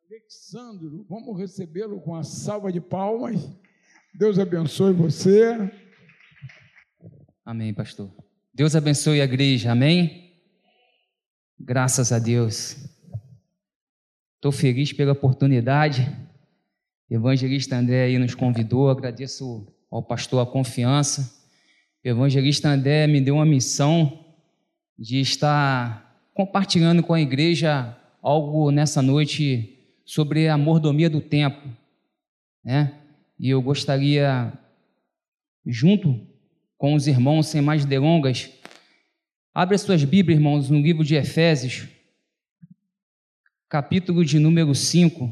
Alexandro, vamos recebê-lo com a salva de palmas. Deus abençoe você. Amém, pastor. Deus abençoe a igreja, amém? Graças a Deus. Estou feliz pela oportunidade. O evangelista André aí nos convidou, agradeço ao pastor a confiança. O evangelista André me deu uma missão de estar compartilhando com a igreja algo nessa noite sobre a mordomia do tempo, né? E eu gostaria, junto com os irmãos, sem mais delongas, abre as suas Bíblias, irmãos, no livro de Efésios, capítulo de número 5.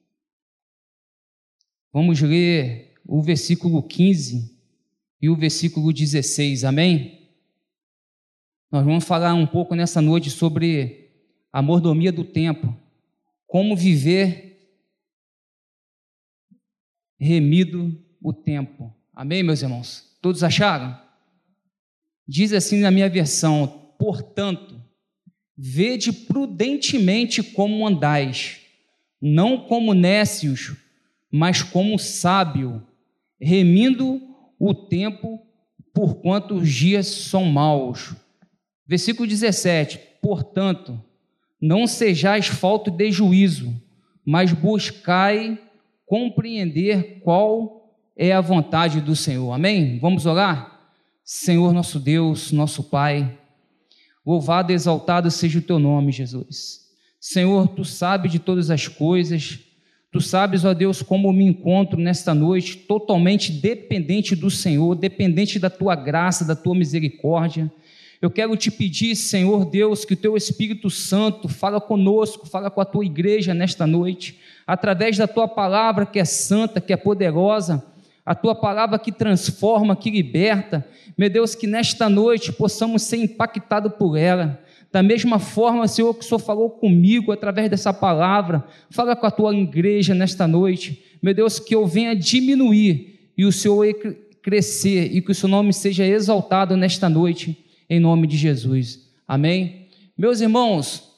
Vamos ler o versículo 15 e o versículo 16, amém? Nós vamos falar um pouco nessa noite sobre a mordomia do tempo, como viver remido o tempo. Amém, meus irmãos? Todos acharam? Diz assim na minha versão: portanto, vede prudentemente como andais, não como nécios, mas como sábio, remindo o tempo, porquanto os dias são maus. Versículo 17: portanto, não sejais faltos de juízo, mas buscai compreender qual é a vontade do Senhor. Amém? Vamos orar? Senhor nosso Deus, nosso Pai, louvado e exaltado seja o teu nome, Jesus. Senhor, tu sabes de todas as coisas, tu sabes, ó Deus, como me encontro nesta noite, totalmente dependente do Senhor, dependente da tua graça, da tua misericórdia. Eu quero te pedir, Senhor Deus, que o teu Espírito Santo fala conosco, fala com a tua igreja nesta noite, através da tua palavra que é santa, que é poderosa, a tua palavra que transforma, que liberta. Meu Deus, que nesta noite possamos ser impactados por ela. Da mesma forma, Senhor, que o Senhor falou comigo através dessa palavra, fala com a tua igreja nesta noite. Meu Deus, que eu venha diminuir e o Senhor crescer e que o seu nome seja exaltado nesta noite, em nome de Jesus. Amém? Meus irmãos,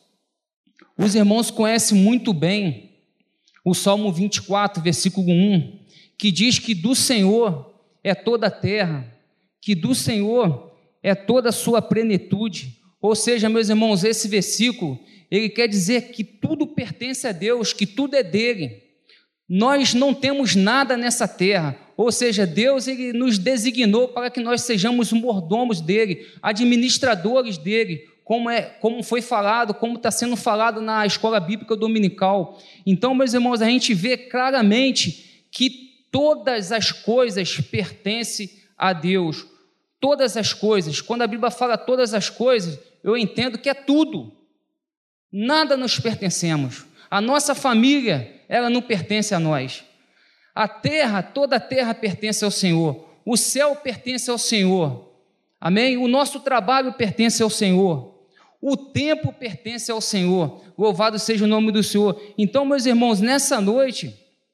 os irmãos conhecem muito bem o Salmo 24, versículo 1, que diz que do Senhor é toda a terra, que do Senhor é toda a sua plenitude. Ou seja, meus irmãos, esse versículo, ele quer dizer que tudo pertence a Deus, que tudo é dele. Nós não temos nada nessa terra, ou seja, Deus ele nos designou para que nós sejamos mordomos dele, administradores dele, como foi falado, como está sendo falado na escola bíblica dominical. Então, meus irmãos, a gente vê claramente que todas as coisas pertencem a Deus, todas as coisas. Quando a Bíblia fala todas as coisas, eu entendo que é tudo, nada nos pertencemos. A nossa família, ela não pertence a nós. A terra, toda a terra pertence ao Senhor. O céu pertence ao Senhor. Amém? O nosso trabalho pertence ao Senhor. O tempo pertence ao Senhor. Louvado seja o nome do Senhor. Então, meus irmãos, nessa noite,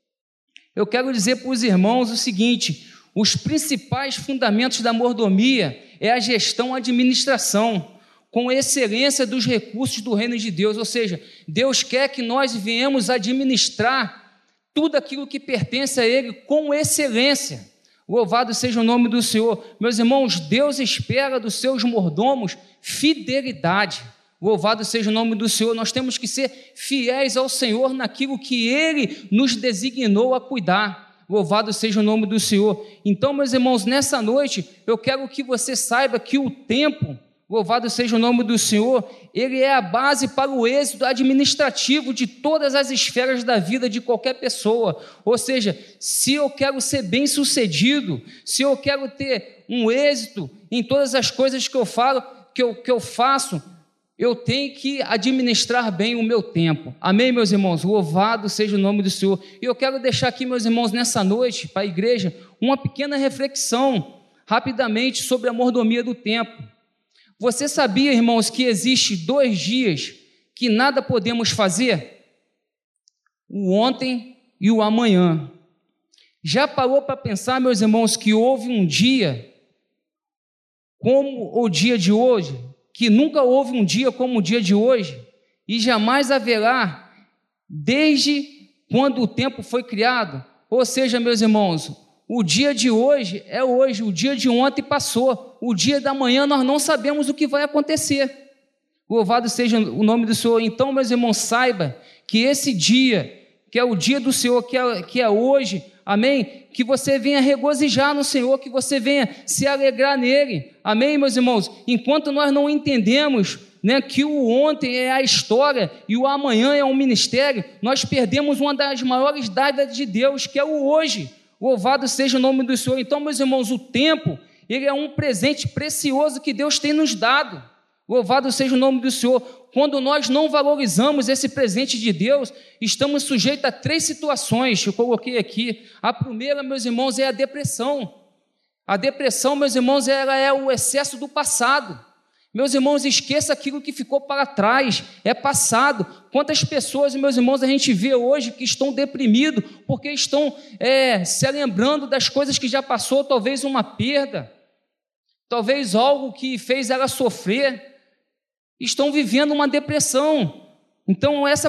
eu quero dizer para os irmãos o seguinte: os principais fundamentos da mordomia é a gestão, a administração, com excelência dos recursos do reino de Deus. Ou seja, Deus quer que nós venhamos administrar tudo aquilo que pertence a Ele com excelência. Louvado seja o nome do Senhor. Meus irmãos, Deus espera dos seus mordomos fidelidade. Louvado seja o nome do Senhor. Nós temos que ser fiéis ao Senhor naquilo que Ele nos designou a cuidar. Louvado seja o nome do Senhor. Então, meus irmãos, nessa noite, eu quero que você saiba que o tempo, louvado seja o nome do Senhor, ele é a base para o êxito administrativo de todas as esferas da vida de qualquer pessoa. Ou seja, se eu quero ser bem-sucedido, se eu quero ter um êxito em todas as coisas que eu falo, que eu faço, eu tenho que administrar bem o meu tempo. Amém, meus irmãos? Louvado seja o nome do Senhor. E eu quero deixar aqui, meus irmãos, nessa noite, para a igreja, uma pequena reflexão, rapidamente, sobre a mordomia do tempo. Você sabia, irmãos, que existe 2 dias que nada podemos fazer? O ontem e o amanhã. Já parou para pensar, meus irmãos, que houve um dia como o dia de hoje, que nunca houve um dia como o dia de hoje, e jamais haverá, desde quando o tempo foi criado. Ou seja, meus irmãos, o dia de hoje é hoje, o dia de ontem passou, o dia da manhã nós não sabemos o que vai acontecer. Louvado seja o nome do Senhor. Então, meus irmãos, saiba que esse dia, que é o dia do Senhor, que é hoje, amém? Que você venha regozijar no Senhor, que você venha se alegrar nele, amém, meus irmãos? Enquanto nós não entendemos, né, que o ontem é a história e o amanhã é um ministério, nós perdemos uma das maiores dádivas de Deus, que é o hoje. Louvado seja o nome do Senhor. Então, meus irmãos, o tempo, ele é um presente precioso que Deus tem nos dado. Louvado seja o nome do Senhor. Quando nós não valorizamos esse presente de Deus, estamos sujeitos a 3 situações, eu coloquei aqui. A primeira, meus irmãos, é a depressão. A depressão, meus irmãos, ela é o excesso do passado. Meus irmãos, esqueça aquilo que ficou para trás, é passado. Quantas pessoas, meus irmãos, a gente vê hoje que estão deprimidos, porque estão se lembrando das coisas que já passou, talvez uma perda, talvez algo que fez ela sofrer, estão vivendo uma depressão. Então, essa é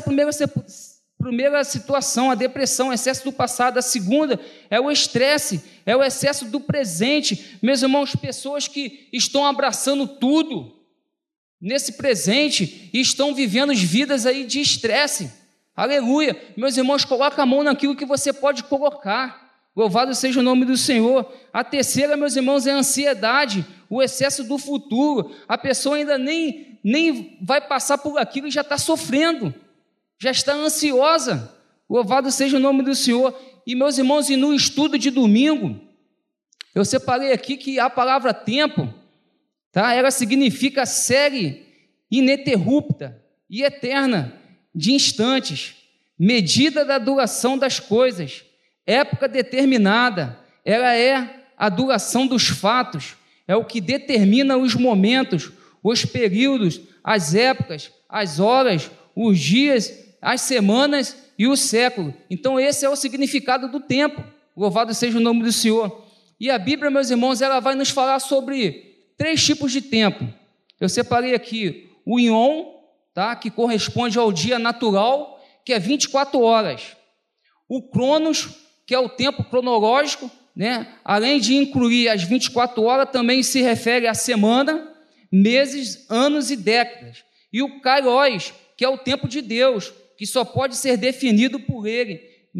a primeira situação, a depressão, o excesso do passado. A segunda é o estresse, é o excesso do presente. Meus irmãos, pessoas que estão abraçando tudo nesse presente e estão vivendo vidas aí de estresse. Aleluia. Meus irmãos, coloca a mão naquilo que você pode colocar. Louvado seja o nome do Senhor. A terceira, meus irmãos, é a ansiedade, o excesso do futuro. A pessoa ainda nem vai passar por aquilo e já está sofrendo, já está ansiosa. Louvado seja o nome do Senhor. E, meus irmãos, e no estudo de domingo, eu separei aqui que a palavra tempo, tá? Ela significa série ininterrupta e eterna de instantes, medida da duração das coisas, época determinada. Ela é a duração dos fatos, é o que determina os momentos, os períodos, as épocas, as horas, os dias, as semanas e o século. Então, esse é o significado do tempo. Louvado seja o nome do Senhor. E a Bíblia, meus irmãos, ela vai nos falar sobre 3 tipos de tempo. Eu separei aqui o Ion, tá? Que corresponde ao dia natural, que é 24 horas. O Cronos, que é o tempo cronológico, né? Além de incluir as 24 horas, também se refere à semana, meses, anos e décadas. E o Kairos, que é o tempo de Deus, que só pode ser definido por ele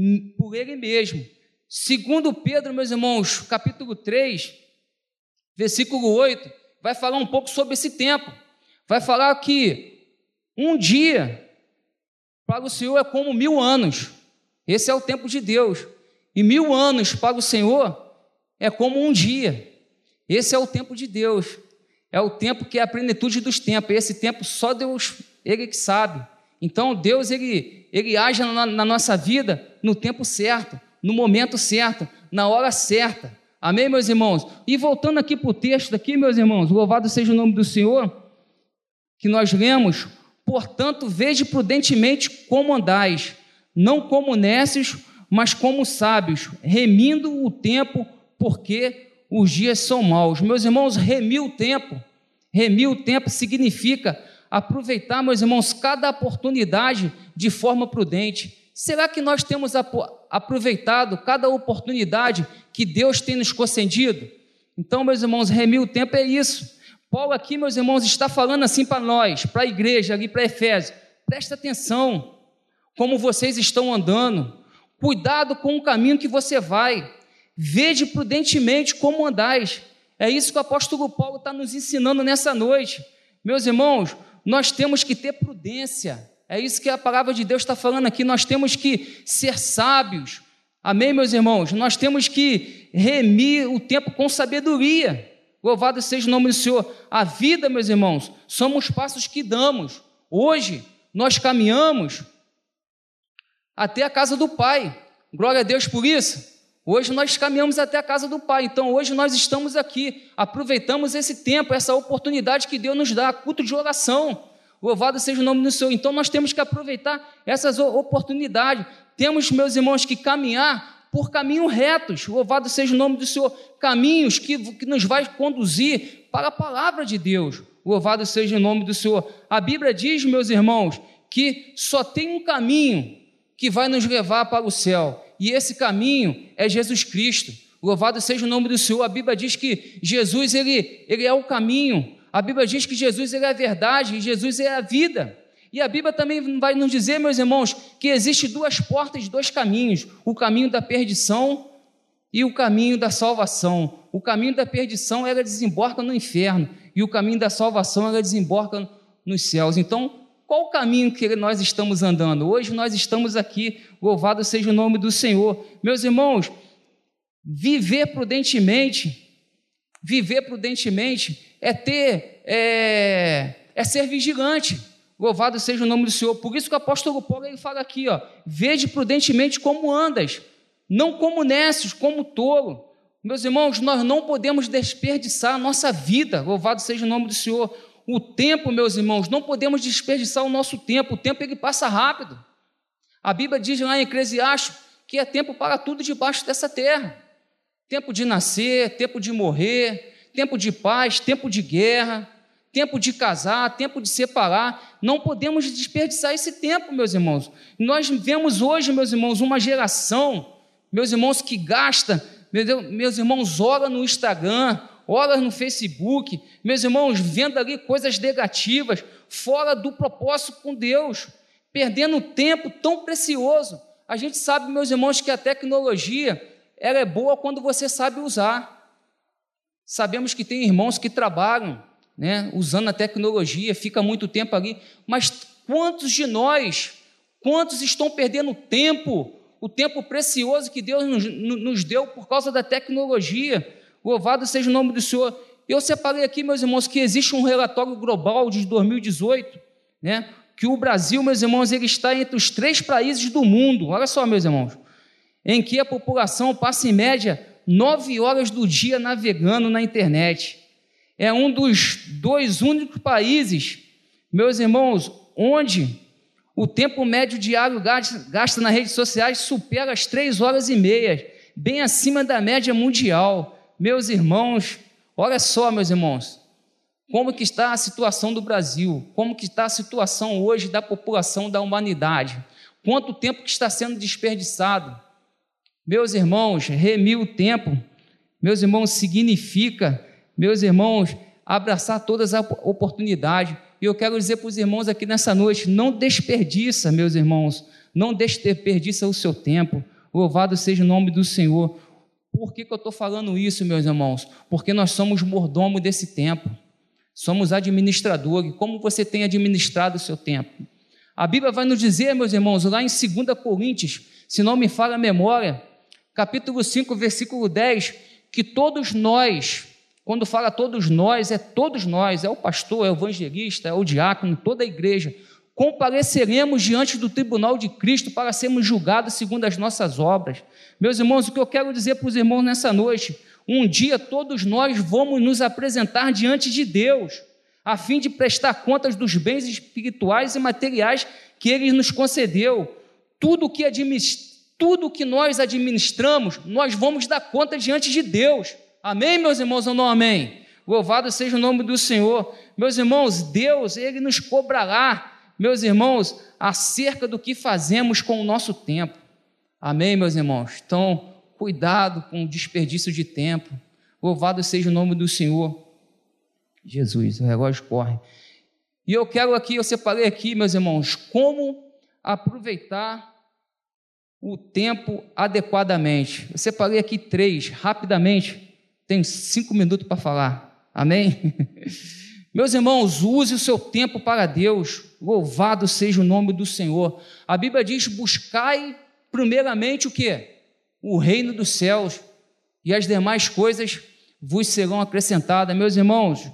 mesmo. Segundo Pedro, meus irmãos, capítulo 3, versículo 8, vai falar um pouco sobre esse tempo. Vai falar que um dia para o Senhor é como 1000 anos. Esse é o tempo de Deus. E 1000 anos para o Senhor é como um dia. Esse é o tempo de Deus. É o tempo que é a plenitude dos tempos. Esse tempo só Deus, Ele que sabe. Então, Deus, Ele age na nossa vida no tempo certo, no momento certo, na hora certa. Amém, meus irmãos? E voltando aqui para o texto, aqui, meus irmãos, louvado seja o nome do Senhor, que nós lemos: portanto, vede prudentemente como andais, não como nécios, mas como sábios, remindo o tempo, porque os dias são maus. Meus irmãos, remir o tempo significa aproveitar, meus irmãos, cada oportunidade de forma prudente. Será que nós temos aproveitado cada oportunidade que Deus tem nos concedido? Então, meus irmãos, remir o tempo é isso. Paulo aqui, meus irmãos, está falando assim para nós, para a igreja, ali para Efésios: presta atenção como vocês estão andando, cuidado com o caminho que você vai, vede prudentemente como andais. É isso que o apóstolo Paulo está nos ensinando nessa noite. Meus irmãos, nós temos que ter prudência. É isso que a palavra de Deus está falando aqui. Nós temos que ser sábios. Amém, meus irmãos? Nós temos que remir o tempo com sabedoria. Louvado seja o nome do Senhor. A vida, meus irmãos, somos passos que damos. Hoje, nós caminhamos até a casa do Pai. Glória a Deus por isso. Hoje nós caminhamos até a casa do Pai. Então, hoje nós estamos aqui. Aproveitamos esse tempo, essa oportunidade que Deus nos dá, culto de oração. Louvado seja o nome do Senhor. Então, nós temos que aproveitar essas oportunidades. Temos, meus irmãos, que caminhar por caminhos retos. Louvado seja o nome do Senhor. Caminhos que nos vai conduzir para a palavra de Deus. Louvado seja o nome do Senhor. A Bíblia diz, meus irmãos, que só tem um caminho que vai nos levar para o céu. E esse caminho é Jesus Cristo. Louvado seja o nome do Senhor. A Bíblia diz que Jesus ele é o caminho. A Bíblia diz que Jesus ele é a verdade e Jesus é a vida. E a Bíblia também vai nos dizer, meus irmãos, que existem duas portas, dois caminhos: o caminho da perdição e o caminho da salvação. O caminho da perdição, ela desemboca no inferno, e o caminho da salvação, ela desemboca nos céus. Então, qual o caminho que nós estamos andando? Hoje nós estamos aqui, louvado seja o nome do Senhor. Meus irmãos, viver prudentemente é ser vigilante. Louvado seja o nome do Senhor. Por isso que o apóstolo Paulo ele fala aqui, vede prudentemente como andas, não como necios, como tolo. Meus irmãos, nós não podemos desperdiçar a nossa vida. Louvado seja o nome do Senhor. O tempo, meus irmãos, não podemos desperdiçar o nosso tempo. O tempo ele passa rápido. A Bíblia diz lá em Eclesiastes que é tempo para tudo debaixo dessa terra. Tempo de nascer, tempo de morrer, tempo de paz, tempo de guerra, tempo de casar, tempo de separar. Não podemos desperdiçar esse tempo, meus irmãos. Nós vemos hoje, meus irmãos, uma geração, meus irmãos, que gasta, meus irmãos, ora no Instagram, ora no Facebook, meus irmãos, vendo ali coisas negativas, fora do propósito com Deus, perdendo tempo tão precioso. A gente sabe, meus irmãos, que a tecnologia, ela é boa quando você sabe usar. Sabemos que tem irmãos que trabalham, usando a tecnologia, fica muito tempo ali, mas quantos de nós, quantos estão perdendo tempo, o tempo precioso que Deus nos deu por causa da tecnologia? Louvado seja o nome do Senhor. Eu separei aqui, meus irmãos, que existe um relatório global de 2018, que o Brasil, meus irmãos, ele está entre os 3 países do mundo, olha só, meus irmãos, em que a população passa em média 9 horas do dia navegando na internet. É um dos 2 únicos países, meus irmãos, onde o tempo médio diário gasto nas redes sociais supera as 3 horas e meia, bem acima da média mundial. Meus irmãos, olha só, meus irmãos, como que está a situação do Brasil, como que está a situação hoje da população da humanidade, quanto tempo que está sendo desperdiçado. Meus irmãos, remir o tempo, meus irmãos, significa, meus irmãos, abraçar todas as oportunidades. E eu quero dizer para os irmãos aqui nessa noite, não desperdiça, meus irmãos, não desperdiça o seu tempo. Louvado seja o nome do Senhor. Por que eu estou falando isso, meus irmãos? Porque nós somos mordomo desse tempo, somos administradores. Como você tem administrado o seu tempo? A Bíblia vai nos dizer, meus irmãos, lá em 2 Coríntios, se não me falha a memória, capítulo 5, versículo 10, que todos nós, quando fala todos nós, é o pastor, é o evangelista, é o diácono, toda a igreja, compareceremos diante do tribunal de Cristo para sermos julgados segundo as nossas obras. Meus irmãos, o que eu quero dizer para os irmãos nessa noite, um dia todos nós vamos nos apresentar diante de Deus, a fim de prestar contas dos bens espirituais e materiais que Ele nos concedeu. Tudo que nós administramos, nós vamos dar conta diante de Deus. Amém, meus irmãos, ou não amém? Louvado seja o nome do Senhor. Meus irmãos, Deus, Ele nos cobrará, meus irmãos, acerca do que fazemos com o nosso tempo. Amém, meus irmãos? Então, cuidado com o desperdício de tempo. Louvado seja o nome do Senhor. Jesus, o relógio corre. E eu separei aqui, meus irmãos, como aproveitar o tempo adequadamente. Eu separei aqui 3, rapidamente, tenho 5 minutos para falar, amém? Meus irmãos, use o seu tempo para Deus, louvado seja o nome do Senhor. A Bíblia diz, buscai primeiramente o quê? O reino dos céus, e as demais coisas vos serão acrescentadas. Meus irmãos,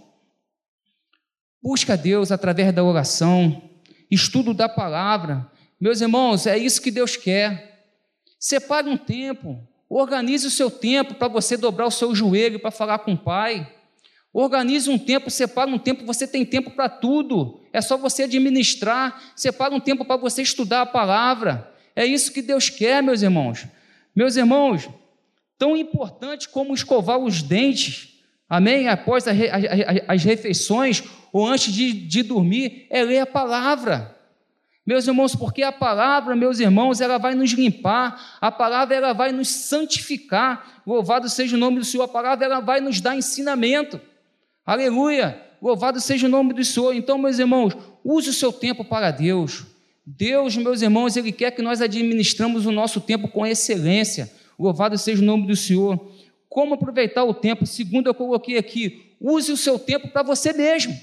busca Deus através da oração, estudo da palavra. Meus irmãos, é isso que Deus quer. Separe um tempo, organize o seu tempo para você dobrar o seu joelho para falar com o Pai. Organize um tempo, separe um tempo, você tem tempo para tudo, é só você administrar. Separe um tempo para você estudar a palavra. É isso que Deus quer, meus irmãos. Meus irmãos, tão importante como escovar os dentes, amém? Após as refeições ou antes de dormir, é ler a palavra. Meus irmãos, porque a palavra, meus irmãos, ela vai nos limpar, a palavra ela vai nos santificar, louvado seja o nome do Senhor, a palavra ela vai nos dar ensinamento, aleluia, louvado seja o nome do Senhor. Então, meus irmãos, use o seu tempo para Deus. Deus, meus irmãos, Ele quer que nós administramos o nosso tempo com excelência, louvado seja o nome do Senhor. Como aproveitar o tempo? Segundo eu coloquei aqui, use o seu tempo para você mesmo,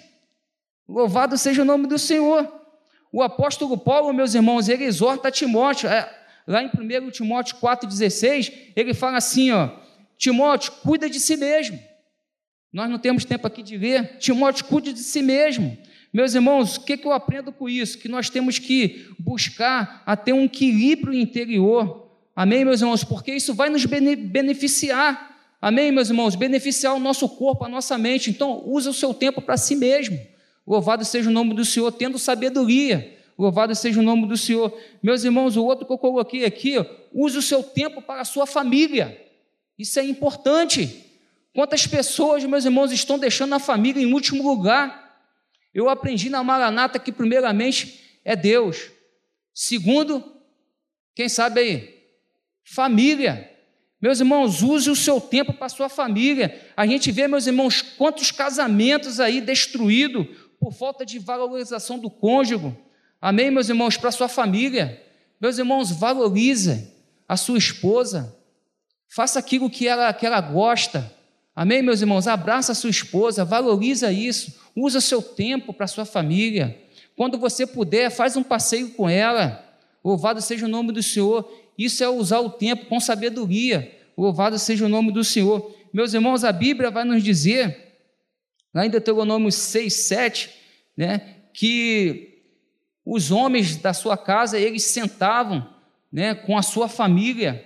louvado seja o nome do Senhor. O apóstolo Paulo, meus irmãos, ele exorta a Timóteo, lá em 1 Timóteo 4,16, ele fala assim, Timóteo, cuida de si mesmo. Nós não temos tempo aqui de ler. Timóteo, cuide de si mesmo. Meus irmãos, o que eu aprendo com isso? Que nós temos que buscar a ter um equilíbrio interior. Amém, meus irmãos? Porque isso vai nos beneficiar. Amém, meus irmãos? Beneficiar o nosso corpo, a nossa mente. Então, use o seu tempo para si mesmo. Louvado seja o nome do Senhor, tendo sabedoria. Louvado seja o nome do Senhor. Meus irmãos, o outro que eu coloquei aqui, use o seu tempo para a sua família. Isso é importante. Quantas pessoas, meus irmãos, estão deixando a família em último lugar? Eu aprendi na Maranata que, primeiramente, é Deus. Segundo, quem sabe aí? Família. Meus irmãos, use o seu tempo para a sua família. A gente vê, meus irmãos, quantos casamentos aí destruídos por falta de valorização do cônjuge. Amém, meus irmãos? Para a sua família. Meus irmãos, valorize a sua esposa. Faça aquilo que ela gosta. Amém, meus irmãos? Abraça a sua esposa, valoriza isso. Usa o seu tempo para a sua família. Quando você puder, faz um passeio com ela. Louvado seja o nome do Senhor. Isso é usar o tempo com sabedoria. Louvado seja o nome do Senhor. Meus irmãos, a Bíblia vai nos dizer, lá em Deuteronômio 6, 7, né, que os homens da sua casa, eles sentavam, né, com a sua família,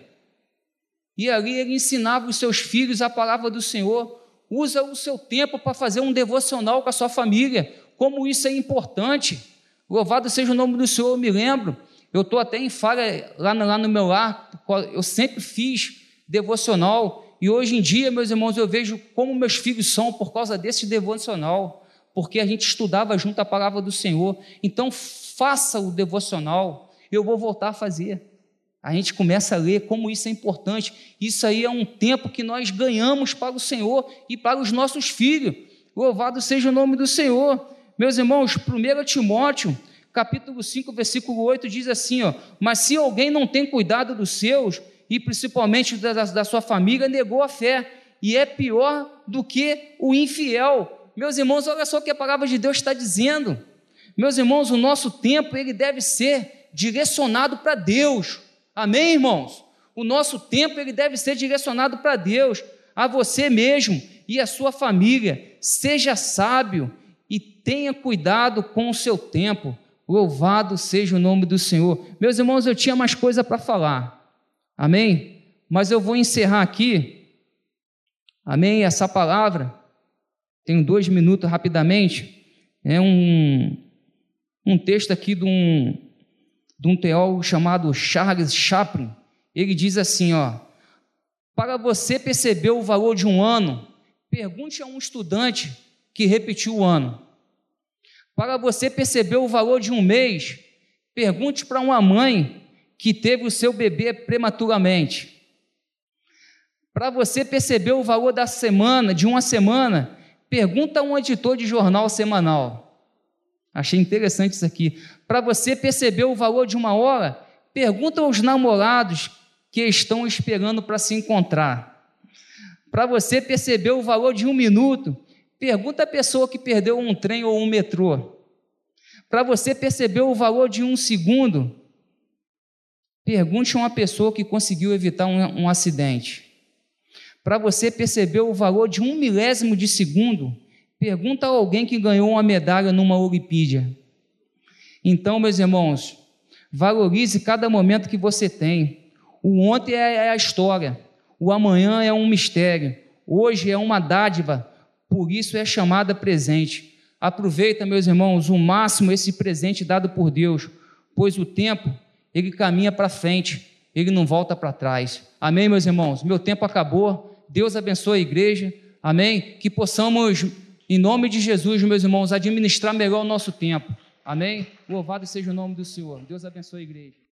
e ali ele ensinava os seus filhos a palavra do Senhor. Usa o seu tempo para fazer um devocional com a sua família, como isso é importante. Louvado seja o nome do Senhor. Eu me lembro, eu estou até em falha lá no meu lar, eu sempre fiz devocional, e hoje em dia, meus irmãos, eu vejo como meus filhos são por causa desse devocional, porque a gente estudava junto a palavra do Senhor. Então faça o devocional, eu vou voltar a fazer. A gente começa a ler como isso é importante. Isso aí é um tempo que nós ganhamos para o Senhor e para os nossos filhos. Louvado seja o nome do Senhor. Meus irmãos, 1 Timóteo, capítulo 5, versículo 8, diz assim, mas se alguém não tem cuidado dos seus, e principalmente da sua família, negou a fé, e é pior do que o infiel. Meus irmãos, olha só o que a palavra de Deus está dizendo. Meus irmãos, o nosso tempo, ele deve ser direcionado para Deus. Amém, irmãos? O nosso tempo, ele deve ser direcionado para Deus, a você mesmo e a sua família. Seja sábio e tenha cuidado com o seu tempo. Louvado seja o nome do Senhor. Meus irmãos, eu tinha mais coisa para falar. Amém? Mas eu vou encerrar aqui. Amém? Essa palavra, tenho 2 minutos rapidamente. É um texto aqui de um teólogo chamado Charles Chaplin. Ele diz assim, para você perceber o valor de um ano, pergunte a um estudante que repetiu o ano. Para você perceber o valor de um mês, pergunte para uma mãe que teve o seu bebê prematuramente. Para você perceber o valor da semana, de uma semana, pergunta a um editor de jornal semanal. Achei interessante isso aqui. Para você perceber o valor de uma hora, pergunta aos namorados que estão esperando para se encontrar. Para você perceber o valor de 1 minuto, pergunta a pessoa que perdeu um trem ou um metrô. Para você perceber o valor de 1 segundo, pergunte a uma pessoa que conseguiu evitar um acidente. Para você perceber o valor de 1 milésimo de segundo, pergunta a alguém que ganhou uma medalha numa Olimpíada. Então, meus irmãos, valorize cada momento que você tem. O ontem é a história, o amanhã é um mistério, hoje é uma dádiva, por isso é chamada presente. Aproveita, meus irmãos, o máximo esse presente dado por Deus, pois o tempo, ele caminha para frente, ele não volta para trás. Amém, meus irmãos? Meu tempo acabou, Deus abençoe a igreja, amém? Que possamos, em nome de Jesus, meus irmãos, administrar melhor o nosso tempo. Amém? Louvado seja o nome do Senhor. Deus abençoe a igreja.